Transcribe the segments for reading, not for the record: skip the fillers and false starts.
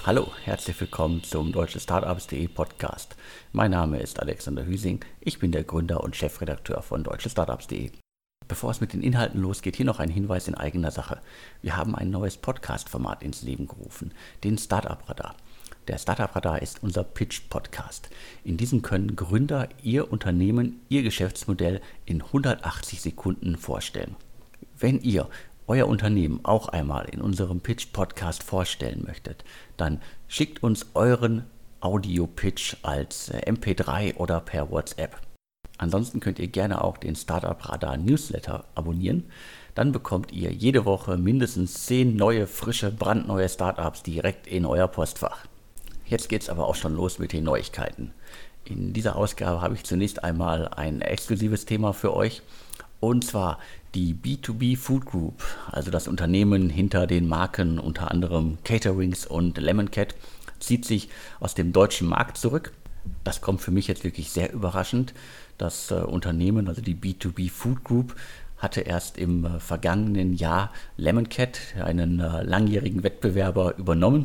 Hallo, herzlich willkommen zum deutschestartups.de Podcast. Mein Name ist Alexander Hüsing, ich bin der Gründer und Chefredakteur von deutschestartups.de. Bevor es mit den Inhalten losgeht, hier noch ein Hinweis in eigener Sache. Wir haben ein neues Podcast-Format ins Leben gerufen, den Startup Radar. Der Startup Radar ist unser Pitch-Podcast. In diesem können Gründer ihr Unternehmen, ihr Geschäftsmodell in 180 Sekunden vorstellen. Wenn ihr euer Unternehmen auch einmal in unserem Pitch-Podcast vorstellen möchtet, dann schickt uns euren Audio-Pitch als MP3 oder per WhatsApp. Ansonsten könnt ihr gerne auch den Startup Radar Newsletter abonnieren. Dann bekommt ihr jede Woche mindestens 10 neue, frische, brandneue Startups direkt in euer Postfach. Jetzt geht's aber auch schon los mit den Neuigkeiten. In dieser Ausgabe habe ich zunächst einmal ein exklusives Thema für euch. Und zwar die B2B Food Group, also das Unternehmen hinter den Marken unter anderem Caterings und Lemoncat, zieht sich aus dem deutschen Markt zurück. Das kommt für mich jetzt wirklich sehr überraschend. Das Unternehmen, also die B2B Food Group, hatte erst im vergangenen Jahr Lemoncat, einen langjährigen Wettbewerber, übernommen.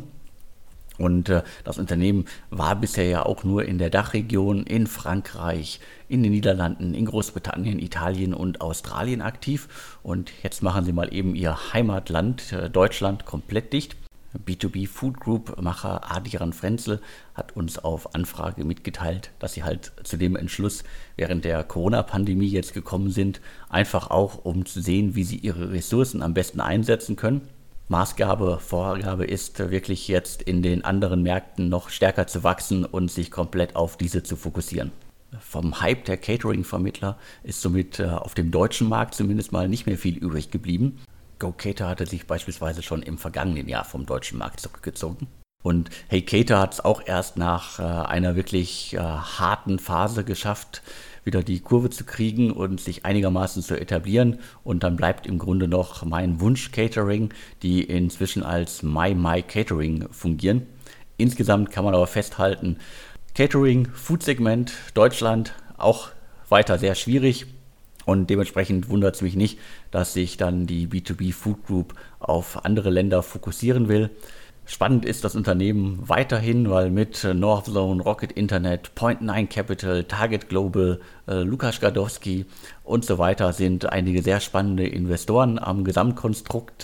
Und das Unternehmen war bisher ja auch nur in der Dachregion, in Frankreich, in den Niederlanden, in Großbritannien, Italien und Australien aktiv. Und jetzt machen sie mal eben ihr Heimatland Deutschland komplett dicht. B2B Food Group Macher Adrian Frenzel hat uns auf Anfrage mitgeteilt, dass sie halt zu dem Entschluss während der Corona-Pandemie jetzt gekommen sind, einfach auch um zu sehen, wie sie ihre Ressourcen am besten einsetzen können. Vorgabe ist wirklich jetzt in den anderen Märkten noch stärker zu wachsen und sich komplett auf diese zu fokussieren. Vom Hype der Catering-Vermittler ist somit auf dem deutschen Markt zumindest mal nicht mehr viel übrig geblieben. GoCater hatte sich beispielsweise schon im vergangenen Jahr vom deutschen Markt zurückgezogen. Und HeyCater hat es auch erst nach einer wirklich harten Phase geschafft, wieder die Kurve zu kriegen und sich einigermaßen zu etablieren. Und dann bleibt im Grunde noch Mein Wunsch Catering, die inzwischen als My Catering fungieren. Insgesamt kann man aber festhalten, Catering, Food-Segment, Deutschland auch weiter sehr schwierig. Und dementsprechend wundert es mich nicht, dass sich dann die B2B Food Group auf andere Länder fokussieren will. Spannend ist das Unternehmen weiterhin, weil mit Northzone, Rocket Internet, Point9 Capital, Target Global, Lukas Gadowski und so weiter sind einige sehr spannende Investoren am Gesamtkonstrukt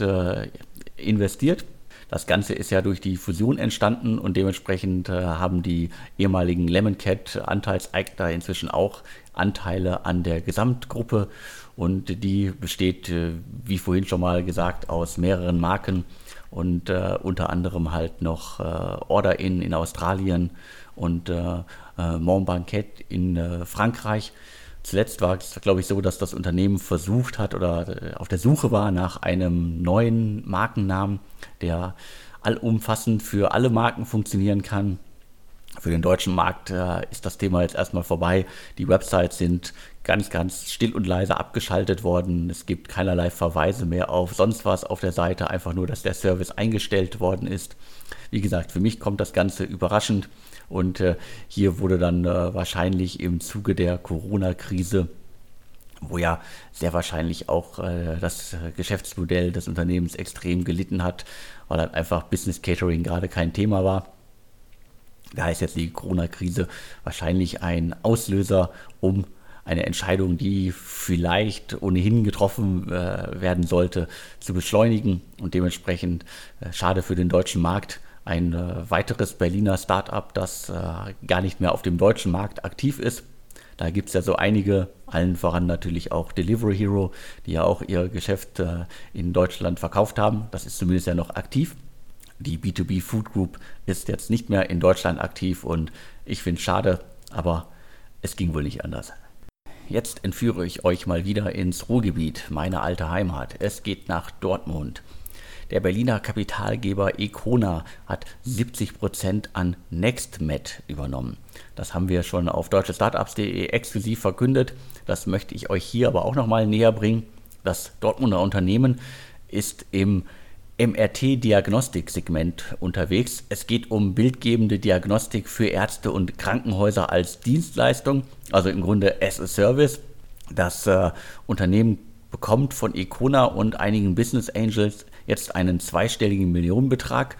investiert. Das Ganze ist ja durch die Fusion entstanden und dementsprechend haben die ehemaligen Lemoncat-Anteilseigner inzwischen auch Anteile an der Gesamtgruppe und die besteht, wie vorhin schon mal gesagt, aus mehreren Marken und unter anderem halt noch Order Inn in Australien und Mon Banquet in Frankreich. Zuletzt war es, glaube ich, so, dass das Unternehmen versucht hat oder auf der Suche war nach einem neuen Markennamen, der allumfassend für alle Marken funktionieren kann. Für den deutschen Markt ist das Thema jetzt erstmal vorbei. Die Websites sind ganz still und leise abgeschaltet worden. Es gibt keinerlei Verweise mehr auf sonst was auf der Seite, einfach nur, dass der Service eingestellt worden ist. Wie gesagt, für mich kommt das Ganze überraschend und hier wurde dann wahrscheinlich im Zuge der Corona-Krise, wo ja sehr wahrscheinlich auch das Geschäftsmodell des Unternehmens extrem gelitten hat, weil halt einfach Business Catering gerade kein Thema war. Da ist jetzt die Corona-Krise wahrscheinlich ein Auslöser, um eine Entscheidung, die vielleicht ohnehin getroffen werden sollte, zu beschleunigen und dementsprechend schade für den deutschen Markt. Ein weiteres Berliner Start-up, das gar nicht mehr auf dem deutschen Markt aktiv ist. Da gibt es ja so einige, allen voran natürlich auch Delivery Hero, die ja auch ihr Geschäft in Deutschland verkauft haben. Das ist zumindest ja noch aktiv. Die B2B Food Group ist jetzt nicht mehr in Deutschland aktiv und ich finde es schade, aber es ging wohl nicht anders. Jetzt entführe ich euch mal wieder ins Ruhrgebiet, meine alte Heimat. Es geht nach Dortmund. Der Berliner Kapitalgeber Econa hat 70% an NextMed übernommen. Das haben wir schon auf deutschestartups.de exklusiv verkündet. Das möchte ich euch hier aber auch nochmal näher bringen. Das Dortmunder Unternehmen ist im MRT-Diagnostik-Segment unterwegs. Es geht um bildgebende Diagnostik für Ärzte und Krankenhäuser als Dienstleistung, also im Grunde as a Service. Das Unternehmen bekommt von Econa und einigen Business Angels jetzt einen zweistelligen Millionenbetrag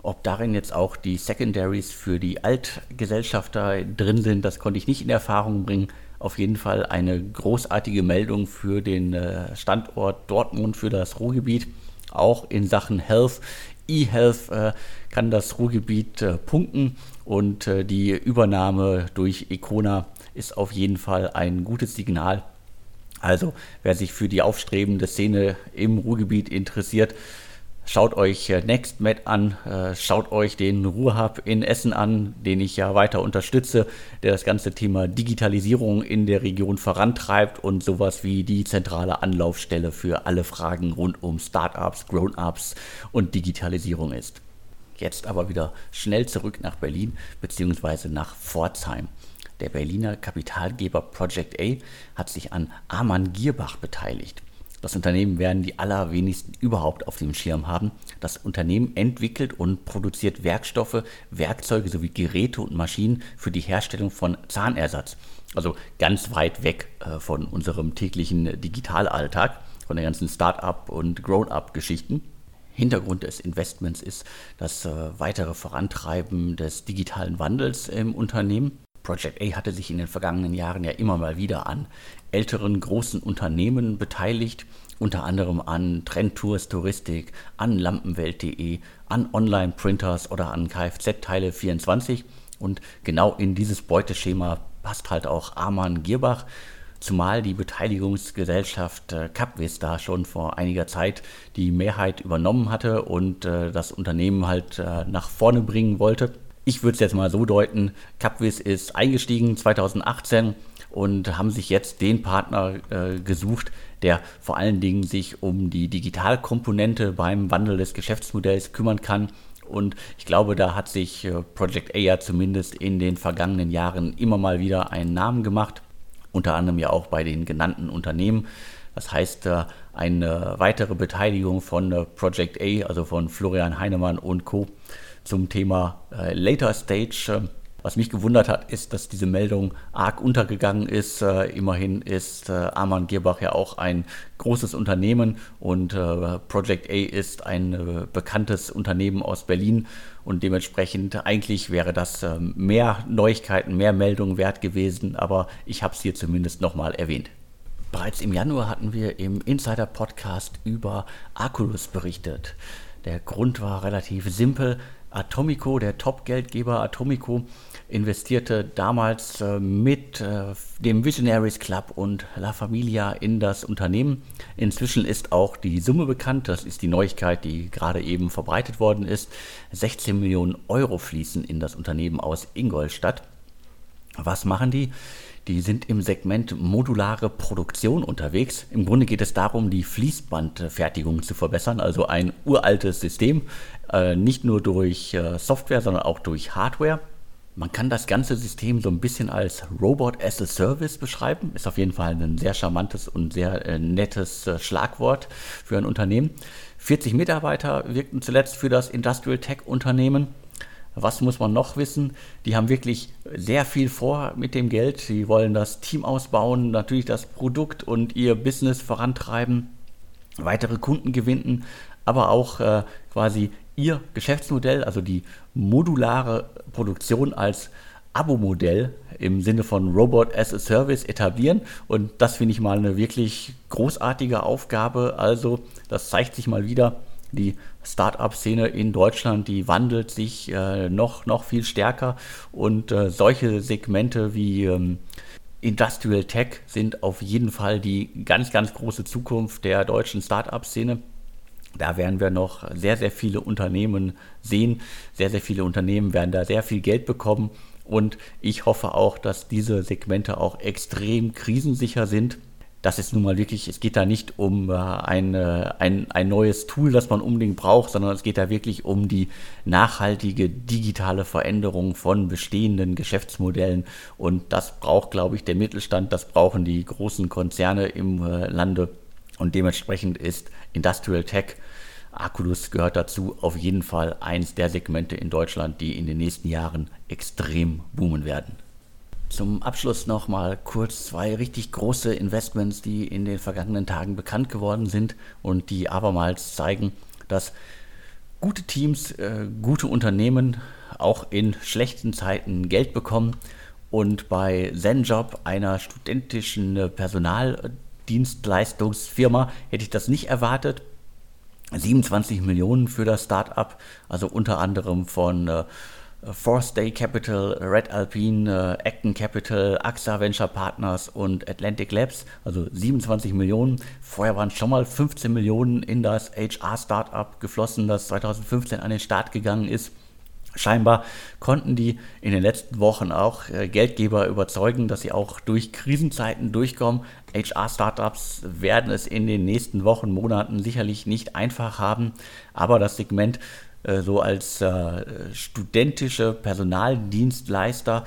Ob darin jetzt auch die Secondaries für die Altgesellschafter drin sind, das konnte ich nicht in Erfahrung bringen. Auf jeden Fall eine großartige Meldung für den Standort Dortmund, für das Ruhrgebiet. Auch in Sachen Health. eHealth kann das Ruhrgebiet punkten und die Übernahme durch Econa ist auf jeden Fall ein gutes Signal. Also wer sich für die aufstrebende Szene im Ruhrgebiet interessiert, schaut euch NextMed an, schaut euch den Ruhrhub in Essen an, den ich ja weiter unterstütze, der das ganze Thema Digitalisierung in der Region vorantreibt und sowas wie die zentrale Anlaufstelle für alle Fragen rund um Startups, Grown-ups und Digitalisierung ist. Jetzt aber wieder schnell zurück nach Berlin bzw. nach Pforzheim. Der Berliner Kapitalgeber Project A hat sich an Amann Gierbach beteiligt. Das Unternehmen werden die allerwenigsten überhaupt auf dem Schirm haben. Das Unternehmen entwickelt und produziert Werkstoffe, Werkzeuge sowie Geräte und Maschinen für die Herstellung von Zahnersatz. Also ganz weit weg von unserem täglichen Digitalalltag, von den ganzen Start-up- und Grown-up-Geschichten. Hintergrund des Investments ist das weitere Vorantreiben des digitalen Wandels im Unternehmen. Project A hatte sich in den vergangenen Jahren ja immer mal wieder an älteren großen Unternehmen beteiligt, unter anderem an Trendtours Touristik, an Lampenwelt.de, an Online-Printers oder an Kfz-Teile24 und genau in dieses Beuteschema passt halt auch Amann Gierbach, zumal die Beteiligungsgesellschaft Capvis da schon vor einiger Zeit die Mehrheit übernommen hatte und das Unternehmen halt nach vorne bringen wollte. Ich würde es jetzt mal so deuten, Capvis ist eingestiegen 2018 und haben sich jetzt den Partner gesucht, der vor allen Dingen sich um die Digitalkomponente beim Wandel des Geschäftsmodells kümmern kann. Und ich glaube, da hat sich Project A ja zumindest in den vergangenen Jahren immer mal wieder einen Namen gemacht, unter anderem ja auch bei den genannten Unternehmen. Das heißt, eine weitere Beteiligung von Project A, also von Florian Heinemann und Co. zum Thema Later Stage. Was mich gewundert hat, ist, dass diese Meldung arg untergegangen ist. Immerhin ist Amann Gierbach ja auch ein großes Unternehmen und Project A ist ein bekanntes Unternehmen aus Berlin und dementsprechend eigentlich wäre das mehr Neuigkeiten, mehr Meldungen wert gewesen, aber ich habe es hier zumindest nochmal erwähnt. Bereits im Januar hatten wir im Insider-Podcast über Aculus berichtet. Der Grund war relativ simpel. Atomico, der Top-Geldgeber Atomico, investierte damals mit dem Visionaries Club und La Familia in das Unternehmen. Inzwischen ist auch die Summe bekannt, das ist die Neuigkeit, die gerade eben verbreitet worden ist. 16 Millionen Euro fließen in das Unternehmen aus Ingolstadt. Was machen die? Die sind im Segment modulare Produktion unterwegs. Im Grunde geht es darum, die Fließbandfertigung zu verbessern, also ein uraltes System, nicht nur durch Software, sondern auch durch Hardware. Man kann das ganze System so ein bisschen als Robot as a Service beschreiben. Ist auf jeden Fall ein sehr charmantes und sehr nettes Schlagwort für ein Unternehmen. 40 Mitarbeiter wirkten zuletzt für das Industrial Tech Unternehmen. Was muss man noch wissen? Die haben wirklich sehr viel vor mit dem Geld. Sie wollen das Team ausbauen, natürlich das Produkt und ihr Business vorantreiben, weitere Kunden gewinnen, aber auch quasi ihr Geschäftsmodell, also die modulare Produktion als Abo-Modell im Sinne von Robot as a Service etablieren. Und das finde ich mal eine wirklich großartige Aufgabe. Also das zeigt sich mal wieder. Die Start-up-Szene in Deutschland, die wandelt sich noch viel stärker und solche Segmente wie Industrial Tech sind auf jeden Fall die ganz, ganz große Zukunft der deutschen Start-up-Szene. Da werden wir noch sehr, sehr viele Unternehmen sehen. Sehr, sehr viele Unternehmen werden da sehr viel Geld bekommen und ich hoffe auch, dass diese Segmente auch extrem krisensicher sind. Das ist nun mal wirklich, es geht da nicht um ein neues Tool, das man unbedingt braucht, sondern es geht da wirklich um die nachhaltige digitale Veränderung von bestehenden Geschäftsmodellen. Und das braucht, glaube ich, der Mittelstand, das brauchen die großen Konzerne im Lande. Und dementsprechend ist Industrial Tech, Aculus gehört dazu, auf jeden Fall eins der Segmente in Deutschland, die in den nächsten Jahren extrem boomen werden. Zum Abschluss nochmal kurz 2 richtig große Investments, die in den vergangenen Tagen bekannt geworden sind und die abermals zeigen, dass gute Teams, gute Unternehmen auch in schlechten Zeiten Geld bekommen. Und bei Zenjob, einer studentischen Personaldienstleistungsfirma, hätte ich das nicht erwartet. 27 Millionen für das Startup, also unter anderem von Fourth Day Capital, Red Alpine, Acton Capital, AXA Venture Partners und Atlantic Labs, also 27 Millionen. Vorher waren schon mal 15 Millionen in das HR-Startup geflossen, das 2015 an den Start gegangen ist. Scheinbar konnten die in den letzten Wochen auch Geldgeber überzeugen, dass sie auch durch Krisenzeiten durchkommen. HR-Startups werden es in den nächsten Wochen, Monaten sicherlich nicht einfach haben, aber das Segment so als studentische Personaldienstleister,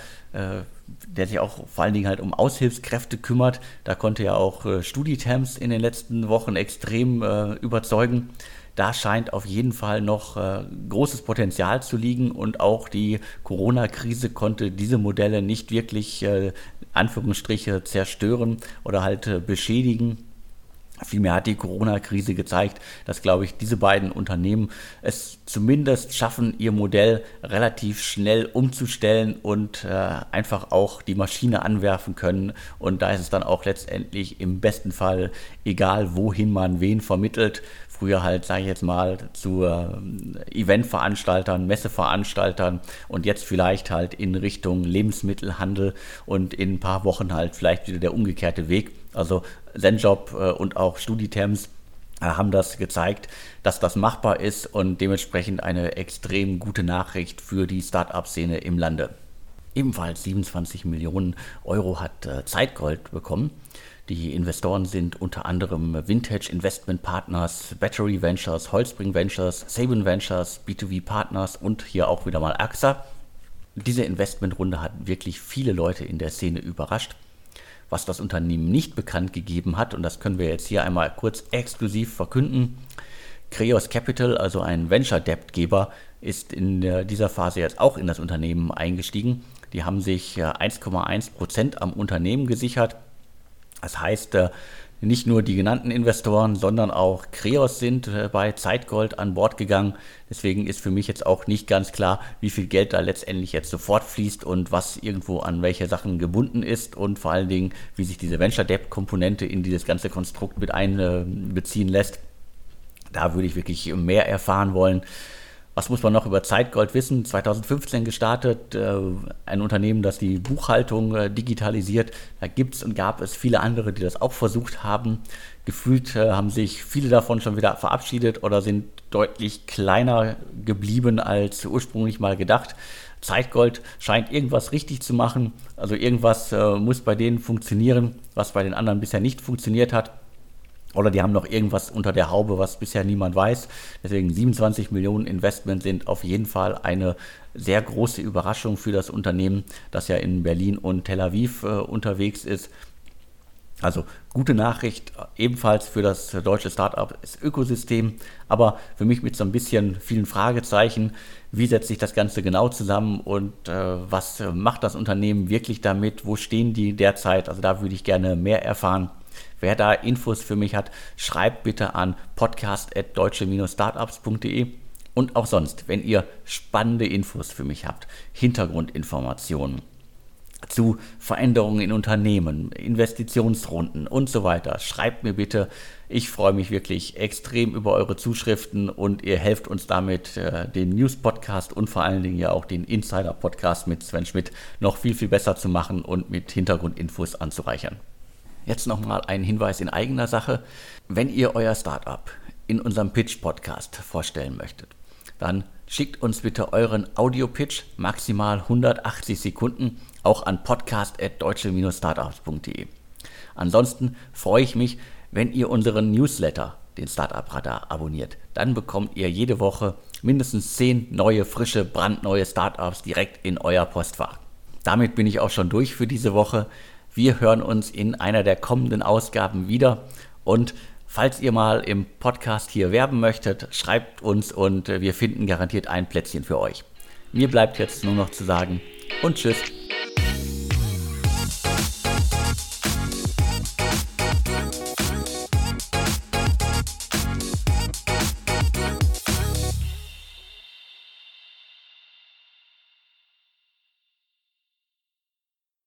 der sich auch vor allen Dingen halt um Aushilfskräfte kümmert, da konnte ja auch Studitems in den letzten Wochen extrem überzeugen. Da scheint auf jeden Fall noch großes Potenzial zu liegen und auch die Corona-Krise konnte diese Modelle nicht wirklich, Anführungsstriche, zerstören oder halt beschädigen. Vielmehr hat die Corona-Krise gezeigt, dass, glaube ich, diese beiden Unternehmen es zumindest schaffen, ihr Modell relativ schnell umzustellen und einfach auch die Maschine anwerfen können. Und da ist es dann auch letztendlich im besten Fall egal, wohin man wen vermittelt. Früher halt, sage ich jetzt mal, zu Eventveranstaltern, Messeveranstaltern und jetzt vielleicht halt in Richtung Lebensmittelhandel und in ein paar Wochen halt vielleicht wieder der umgekehrte Weg. Also Zenjob und auch Studitems haben das gezeigt, dass das machbar ist und dementsprechend eine extrem gute Nachricht für die Start-up-Szene im Lande. Ebenfalls 27 Millionen Euro hat Zeitgold bekommen. Die Investoren sind unter anderem Vintage Investment Partners, Battery Ventures, Holzbring Ventures, Sabin Ventures, B2B Partners und hier auch wieder mal AXA. Diese Investmentrunde hat wirklich viele Leute in der Szene überrascht. Was das Unternehmen nicht bekannt gegeben hat, und das können wir jetzt hier einmal kurz exklusiv verkünden. Kreos Capital, also ein Venture-Debt-Geber, ist in dieser Phase jetzt auch in das Unternehmen eingestiegen. Die haben sich 1,1% am Unternehmen gesichert. Das heißt, nicht nur die genannten Investoren, sondern auch Kreos sind bei Zeitgold an Bord gegangen. Deswegen ist für mich jetzt auch nicht ganz klar, wie viel Geld da letztendlich jetzt sofort fließt und was irgendwo an welche Sachen gebunden ist und vor allen Dingen, wie sich diese Venture-Debt-Komponente in dieses ganze Konstrukt mit einbeziehen lässt. Da würde ich wirklich mehr erfahren wollen. Was muss man noch über Zeitgold wissen? 2015 gestartet, ein Unternehmen, das die Buchhaltung digitalisiert. Da gibt es und gab es viele andere, die das auch versucht haben. Gefühlt haben sich viele davon schon wieder verabschiedet oder sind deutlich kleiner geblieben als ursprünglich mal gedacht. Zeitgold scheint irgendwas richtig zu machen. Also irgendwas muss bei denen funktionieren, was bei den anderen bisher nicht funktioniert hat. Oder die haben noch irgendwas unter der Haube, was bisher niemand weiß. Deswegen 27 Millionen Investment sind auf jeden Fall eine sehr große Überraschung für das Unternehmen, das ja in Berlin und Tel Aviv unterwegs ist. Also gute Nachricht ebenfalls für das deutsche Startup-Ökosystem, aber für mich mit so ein bisschen vielen Fragezeichen. Wie setzt sich das Ganze genau zusammen und was macht das Unternehmen wirklich damit? Wo stehen die derzeit? Also da würde ich gerne mehr erfahren. Wer da Infos für mich hat, schreibt bitte an podcast@deutsche-startups.de und auch sonst, wenn ihr spannende Infos für mich habt, Hintergrundinformationen zu Veränderungen in Unternehmen, Investitionsrunden und so weiter, schreibt mir bitte. Ich freue mich wirklich extrem über eure Zuschriften und ihr helft uns damit, den News-Podcast und vor allen Dingen ja auch den Insider-Podcast mit Sven Schmidt noch viel, viel besser zu machen und mit Hintergrundinfos anzureichern. Jetzt nochmal ein Hinweis in eigener Sache. Wenn ihr euer Startup in unserem Pitch-Podcast vorstellen möchtet, dann schickt uns bitte euren Audio-Pitch, maximal 180 Sekunden, auch an podcast@deutsche-startups.de. Ansonsten freue ich mich, wenn ihr unseren Newsletter, den Startup Radar, abonniert. Dann bekommt ihr jede Woche mindestens 10 neue, frische, brandneue Startups direkt in euer Postfach. Damit bin ich auch schon durch für diese Woche. Wir hören uns in einer der kommenden Ausgaben wieder und falls ihr mal im Podcast hier werben möchtet, schreibt uns und wir finden garantiert ein Plätzchen für euch. Mir bleibt jetzt nur noch zu sagen und tschüss.